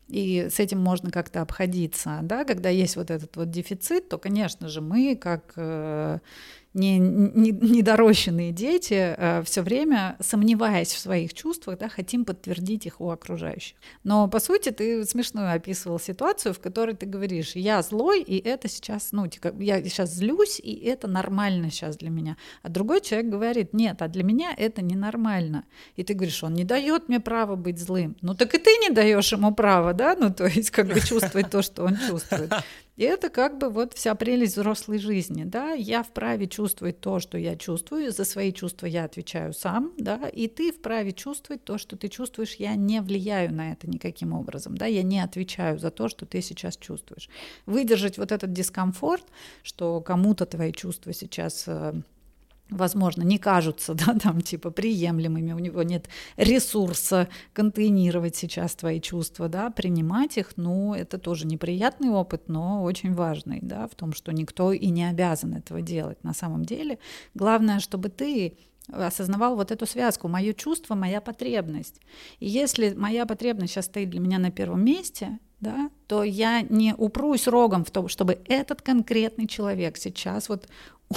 И с этим можно как-то обходиться, да, когда есть вот этот вот дефицит, то, конечно же, мы как э, не, не, недорощенные дети э, все время, сомневаясь в своих чувствах, да, хотим подтвердить их у окружающих. Но, по сути, ты смешно описывал ситуацию, в которой ты говоришь, я злой, и это сейчас, ну, я сейчас злюсь, и это нормально сейчас для меня. А другой человек говорит, нет, а для меня это ненормально. И ты говоришь, он не дает мне права быть злым. Ну, так и ты не даешь ему права, да, ну, то есть как бы чувствовать то, что он чувствует. И это как бы вот вся прелесть взрослой жизни, да, я вправе чувствовать то, что я чувствую, за свои чувства я отвечаю сам, да, и ты вправе чувствовать то, что ты чувствуешь, я не влияю на это никаким образом, да, я не отвечаю за то, что ты сейчас чувствуешь. Выдержать вот этот дискомфорт, что кому-то твои чувства сейчас возможно, не кажутся, да, там, типа, приемлемыми, у него нет ресурса контейнировать сейчас твои чувства, да, принимать их, ну, это тоже неприятный опыт, но очень важный, да, в том, что никто и не обязан этого делать на самом деле. Главное, чтобы ты осознавал вот эту связку, мое чувство, моя потребность. И если моя потребность сейчас стоит для меня на первом месте, да, то я не упрусь рогом в том, чтобы этот конкретный человек сейчас вот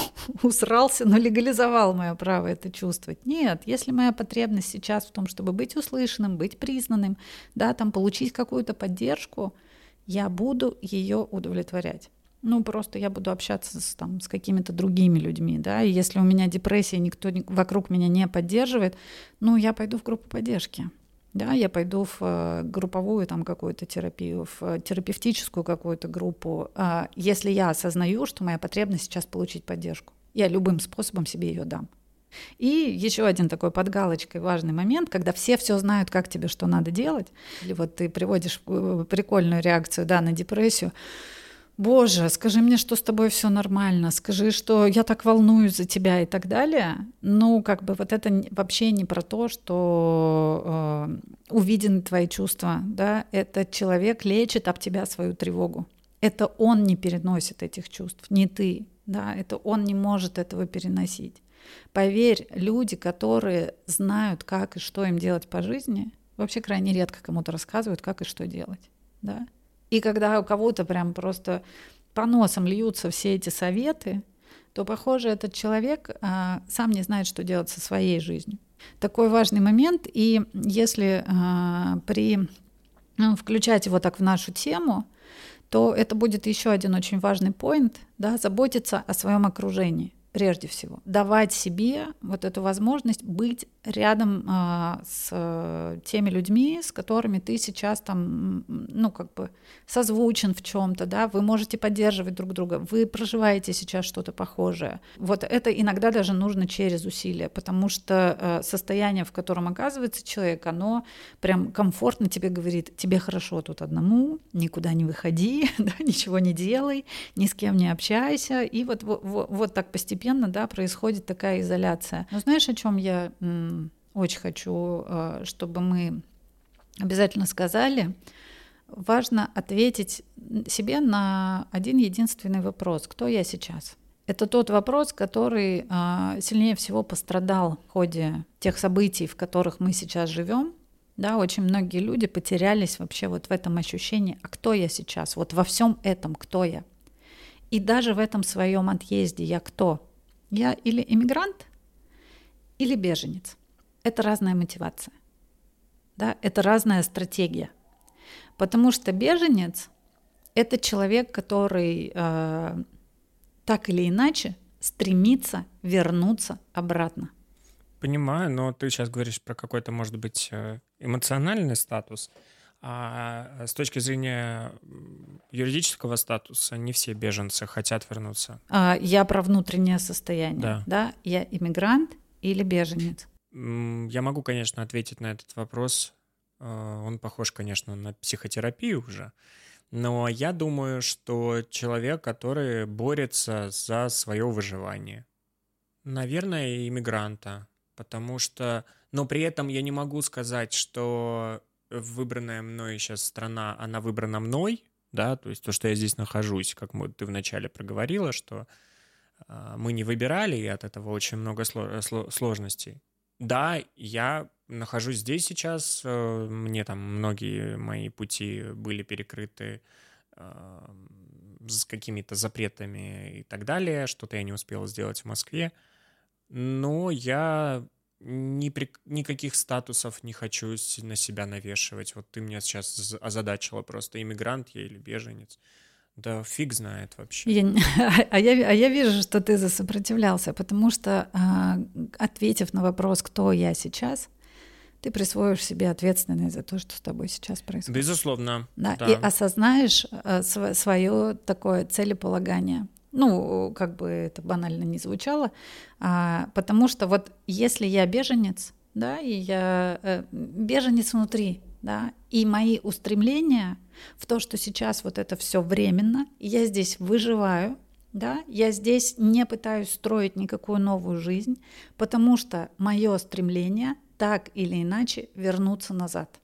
усрался, но легализовал мое право это чувствовать. Нет, если моя потребность сейчас в том, чтобы быть услышанным, быть признанным, да, там, получить какую-то поддержку, я буду ее удовлетворять. Ну, просто я буду общаться с, там, с какими-то другими людьми, да, и если у меня депрессия, никто вокруг меня не поддерживает, ну, я пойду в группу поддержки. Да, я пойду в групповую там какую-то терапию, в терапевтическую какую-то группу, если я осознаю, что моя потребность сейчас получить поддержку. Я любым способом себе ее дам. И еще один такой под галочкой важный момент, когда все все знают, как тебе что надо делать. Или вот ты приводишь прикольную реакцию, да, на депрессию. Боже, скажи мне, что с тобой все нормально, скажи, что я так волнуюсь за тебя и так далее. Ну, как бы вот это вообще не про то, что э, увидены твои чувства, да, этот человек лечит об тебя свою тревогу. Это он не переносит этих чувств, не ты, да, это он не может этого переносить. Поверь, люди, которые знают, как и что им делать по жизни, вообще крайне редко кому-то рассказывают, как и что делать, да. И когда у кого-то прям просто по носам льются все эти советы, то, похоже, этот человек а, сам не знает, что делать со своей жизнью. Такой важный момент, и если э, при ну, включать его так в нашу тему, то это будет еще один очень важный поинт, да, заботиться о своем окружении. Прежде всего, давать себе вот эту возможность быть рядом а, с а, теми людьми, с которыми ты сейчас там, ну, как бы созвучен в чем-то, да, вы можете поддерживать друг друга, вы проживаете сейчас что-то похожее. Вот это иногда даже нужно через усилия, потому что а, состояние, в котором оказывается человек, оно прям комфортно тебе говорит, тебе хорошо тут одному, никуда не выходи, да, ничего не делай, ни с кем не общайся, и вот, вот, вот так постепенно Постепенно, да, происходит такая изоляция. Но знаешь, о чем я м, очень хочу, э, чтобы мы обязательно сказали? Важно ответить себе на один единственный вопрос: кто я сейчас? Это тот вопрос, который э, сильнее всего пострадал в ходе тех событий, в которых мы сейчас живем. Да, очень многие люди потерялись вообще вот в этом ощущении: а кто я сейчас? Вот во всем этом кто я? И даже в этом своем отъезде я кто? Я или иммигрант, или беженец. Это разная мотивация. Да? Это разная стратегия. Потому что беженец — это человек, который э, так или иначе стремится вернуться обратно. Понимаю, но ты сейчас говоришь про какой-то, может быть, эмоциональный статус. А с точки зрения юридического статуса не все беженцы хотят вернуться. А, я про внутреннее состояние. Да. Да? Я иммигрант или беженец? Я могу, конечно, ответить на этот вопрос. Он похож, конечно, на психотерапию уже. Но я думаю, что человек, который борется за свое выживание, наверное, иммигранта. Потому что... Но при этом я не могу сказать, что... выбранная мной сейчас страна, она выбрана мной, да, то есть то, что я здесь нахожусь, как мы, ты вначале проговорила, что э, мы не выбирали, и от этого очень много сло- сло- сложностей. Да, я нахожусь здесь сейчас, э, мне там многие мои пути были перекрыты э, с какими-то запретами и так далее, что-то я не успел сделать в Москве, но я... Ни при, никаких статусов не хочу на себя навешивать. Вот ты меня сейчас озадачила просто, иммигрант я или беженец. Да фиг знает вообще. Я, а, я, а я вижу, что ты засопротивлялся, потому что, ответив на вопрос, кто я сейчас, ты присвоишь себе ответственность за то, что с тобой сейчас происходит. Безусловно. Да, да. И осознаешь свое такое целеполагание. Ну, как бы это банально не звучало, а, потому что вот если я беженец, да, и я э, беженец внутри, да, и мои устремления в то, что сейчас вот это все временно, я здесь выживаю, да, я здесь не пытаюсь строить никакую новую жизнь, потому что мое стремление так или иначе вернуться назад.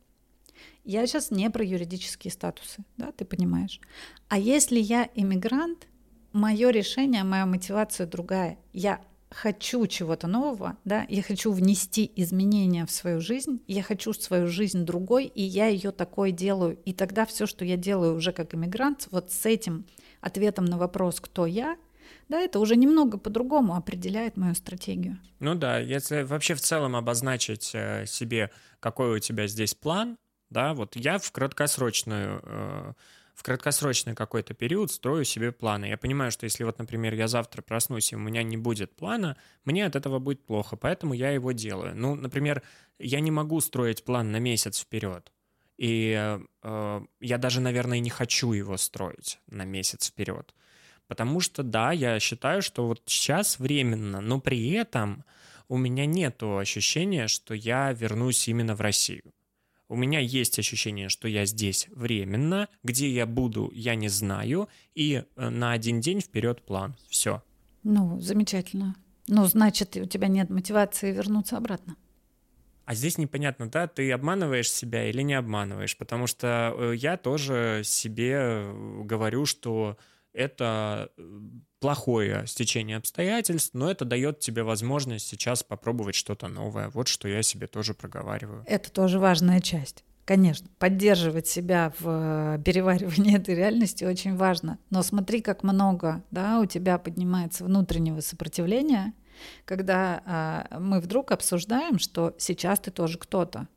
Я сейчас не про юридические статусы, да, ты понимаешь. А если я иммигрант, мое решение, моя мотивация другая. Я хочу чего-то нового, да, я хочу внести изменения в свою жизнь, я хочу свою жизнь другой, и я ее такой делаю. И тогда все, что я делаю уже как иммигрант, вот с этим ответом на вопрос, кто я, да, это уже немного по-другому определяет мою стратегию. Ну да, если вообще в целом обозначить э, себе, какой у тебя здесь план, да, вот я в краткосрочную... Э, в краткосрочный какой-то период строю себе планы. Я понимаю, что если вот, например, я завтра проснусь, и у меня не будет плана, мне от этого будет плохо, поэтому я его делаю. Ну, например, я не могу строить план на месяц вперед. И э, я даже, наверное, не хочу его строить на месяц вперед. Потому что, да, я считаю, что вот сейчас временно, но при этом у меня нету ощущения, что я вернусь именно в Россию. У меня есть ощущение, что я здесь временно, где я буду, я не знаю, и на один день вперед план. Все. Ну, замечательно. Ну, значит, у тебя нет мотивации вернуться обратно. А здесь непонятно, да, ты обманываешь себя или не обманываешь, потому что я тоже себе говорю, что это плохое стечение обстоятельств, но это дает тебе возможность сейчас попробовать что-то новое. Вот что я себе тоже проговариваю. Это тоже важная часть. Конечно, поддерживать себя в переваривании этой реальности очень важно. Но смотри, как много, да, у тебя поднимается внутреннего сопротивления, когда а, мы вдруг обсуждаем, что сейчас ты тоже кто-то.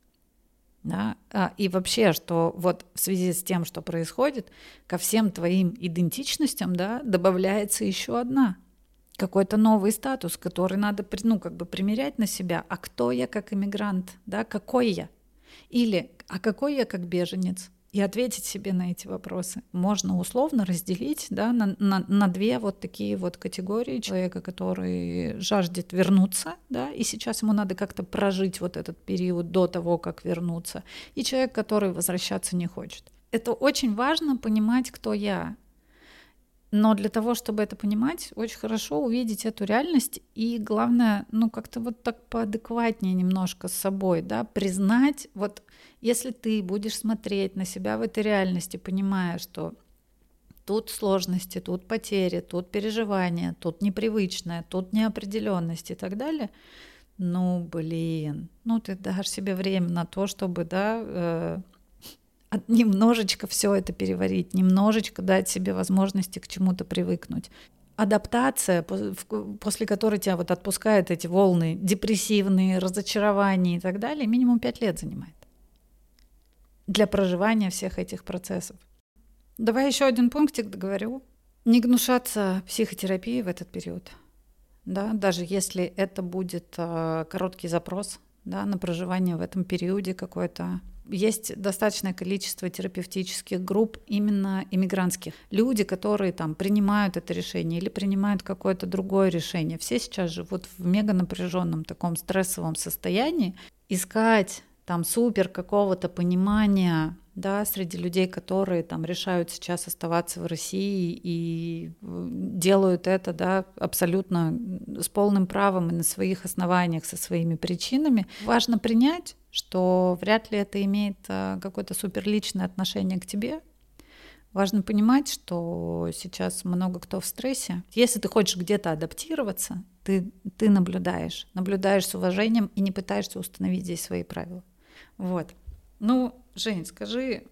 Да? А, и вообще, что вот в связи с тем, что происходит, ко всем твоим идентичностям, да, добавляется еще одна. Какой-то новый статус, который надо, ну, как бы примерять на себя. А кто я как иммигрант? Да? Какой я? Или а какой я как беженец? И ответить себе на эти вопросы можно условно разделить, да, на, на, на две вот такие вот категории человека, который жаждет вернуться, да, и сейчас ему надо как-то прожить вот этот период до того, как вернуться, и человек, который возвращаться не хочет. Это очень важно понимать, кто я. Но для того, чтобы это понимать, очень хорошо увидеть эту реальность и, главное, ну, как-то вот так поадекватнее немножко с собой, да, признать, вот если ты будешь смотреть на себя в этой реальности, понимая, что тут сложности, тут потери, тут переживания, тут непривычное, тут неопределенность и так далее, ну, блин, ну, ты дашь себе время на то, чтобы, да, э, немножечко все это переварить, немножечко дать себе возможности к чему-то привыкнуть. Адаптация, после которой тебя вот отпускают эти волны депрессивные, разочарования и так далее, минимум пять лет занимает для проживания всех этих процессов. Давай еще один пунктик договорю. Не гнушаться психотерапии в этот период. Да, даже если это будет э, короткий запрос, да, на проживание в этом периоде какой-то. Есть достаточное количество терапевтических групп именно иммигрантских. Люди, которые там принимают это решение или принимают какое-то другое решение, все сейчас живут в мега напряженном таком стрессовом состоянии. Искать там супер какого-то понимания, да, среди людей, которые там решают сейчас оставаться в России и делают это, да, абсолютно с полным правом и на своих основаниях, со своими причинами. Важно принять, что вряд ли это имеет какое-то суперличное отношение к тебе. Важно понимать, что сейчас много кто в стрессе. Если ты хочешь где-то адаптироваться, ты, ты наблюдаешь, наблюдаешь с уважением и не пытаешься установить здесь свои правила. Вот. Ну, Жень, скажи,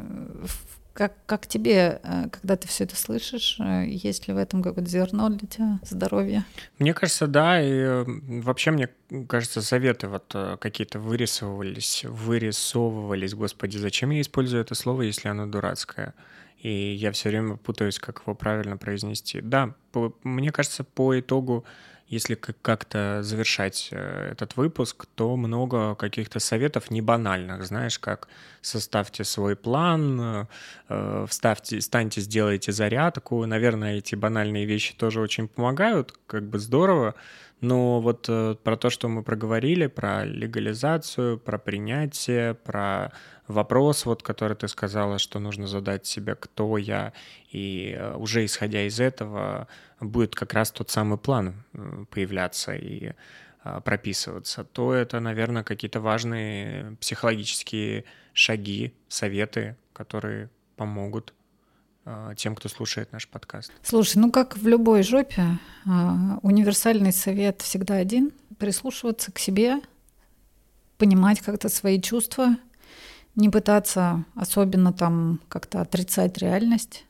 как, как тебе, когда ты все это слышишь, есть ли в этом какое-то зерно для тебя, здоровье? Мне кажется, да, и вообще, мне кажется, советы вот какие-то вырисовывались, вырисовывались, господи, зачем я использую это слово, если оно дурацкое? И я все время путаюсь, как его правильно произнести. Да, по, мне кажется, по итогу, если как-то завершать этот выпуск, то много каких-то советов не банальных, знаешь, как составьте свой план, вставьте, станьте, сделайте зарядку. Наверное, эти банальные вещи тоже очень помогают, как бы здорово. Но вот про то, что мы проговорили, про легализацию, про принятие, про вопрос, вот, который ты сказала, что нужно задать себе, кто я, и уже исходя из этого будет как раз тот самый план появляться и прописываться, то это, наверное, какие-то важные психологические шаги, советы, которые помогут тем, кто слушает наш подкаст. Слушай, ну как в любой жопе, универсальный совет всегда один: прислушиваться к себе, понимать как-то свои чувства, не пытаться особенно там как-то отрицать реальность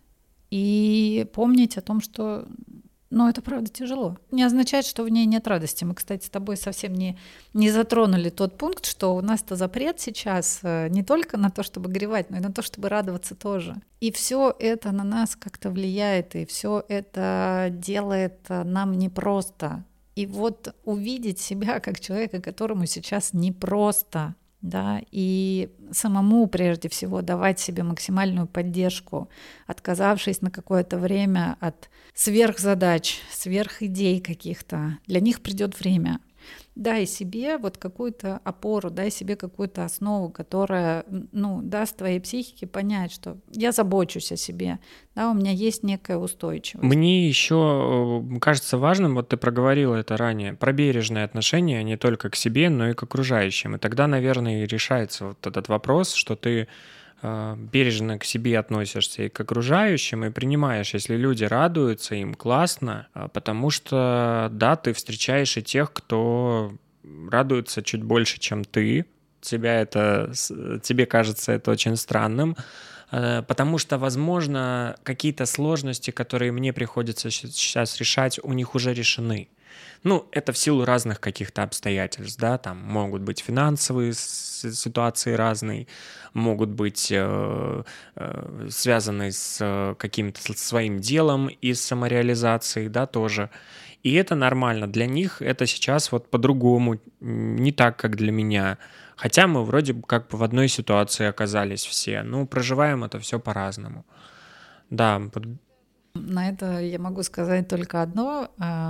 и помнить о том, что, ну, это правда тяжело. Не означает, что в ней нет радости. Мы, кстати, с тобой совсем не, не затронули тот пункт, что у нас-то запрет сейчас не только на то, чтобы горевать, но и на то, чтобы радоваться тоже. И все это на нас как-то влияет, и все это делает нам непросто. И вот увидеть себя как человека, которому сейчас непросто, да, и самому прежде всего давать себе максимальную поддержку, отказавшись на какое-то время от сверхзадач, сверхидей каких-то. Для них придет время. Дай себе вот какую-то опору, дай себе какую-то основу, которая, ну, даст твоей психике понять, что я забочусь о себе, да, у меня есть некая устойчивость. Мне еще кажется важным, вот ты проговорила это ранее, про бережное отношение не только к себе, но и к окружающим. И тогда, наверное, и решается вот этот вопрос, что ты бережно к себе относишься и к окружающим, и принимаешь, если люди радуются, им классно, потому что, да, ты встречаешь и тех, кто радуется чуть больше, чем ты, тебя это, тебе кажется это очень странным, потому что, возможно, какие-то сложности, которые мне приходится сейчас решать, у них уже решены. Ну, это в силу разных каких-то обстоятельств, да, там могут быть финансовые ситуации разные, могут быть э, э, связаны с каким-то своим делом и с самореализацией, да, тоже. И это нормально. Для них это сейчас вот по-другому, не так, как для меня. Хотя мы вроде бы как бы в одной ситуации оказались все. Ну, проживаем это все по-разному. Да. На это я могу сказать только одно.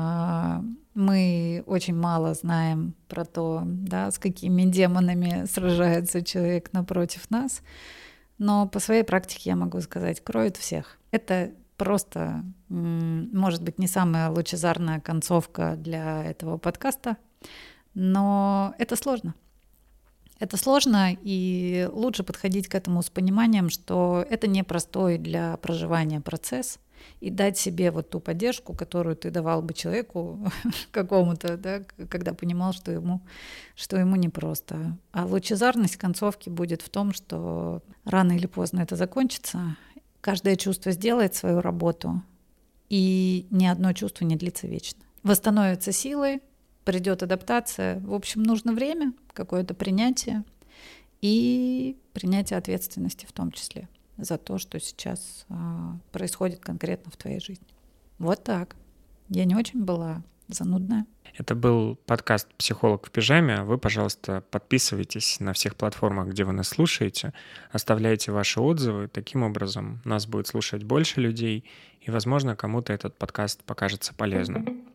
Мы очень мало знаем про то, да, с какими демонами сражается человек напротив нас. Но по своей практике я могу сказать, кроет всех. Это просто, может быть, не самая лучезарная концовка для этого подкаста, но это сложно. Это сложно, и лучше подходить к этому с пониманием, что это непростой для проживания процесс, и дать себе вот ту поддержку, которую ты давал бы человеку какому-то, да, когда понимал, что ему, что ему непросто. А лучезарность концовки будет в том, что рано или поздно это закончится, каждое чувство сделает свою работу, и ни одно чувство не длится вечно. Восстановятся силы, придет адаптация. В общем, нужно время, какое-то принятие и принятие ответственности в том числе за то, что сейчас а, происходит конкретно в твоей жизни. Вот так. Я не очень была занудная. Это был подкаст «Психолог в пижаме». Вы, пожалуйста, подписывайтесь на всех платформах, где вы нас слушаете, оставляйте ваши отзывы. Таким образом, нас будет слушать больше людей, и, возможно, кому-то этот подкаст покажется полезным.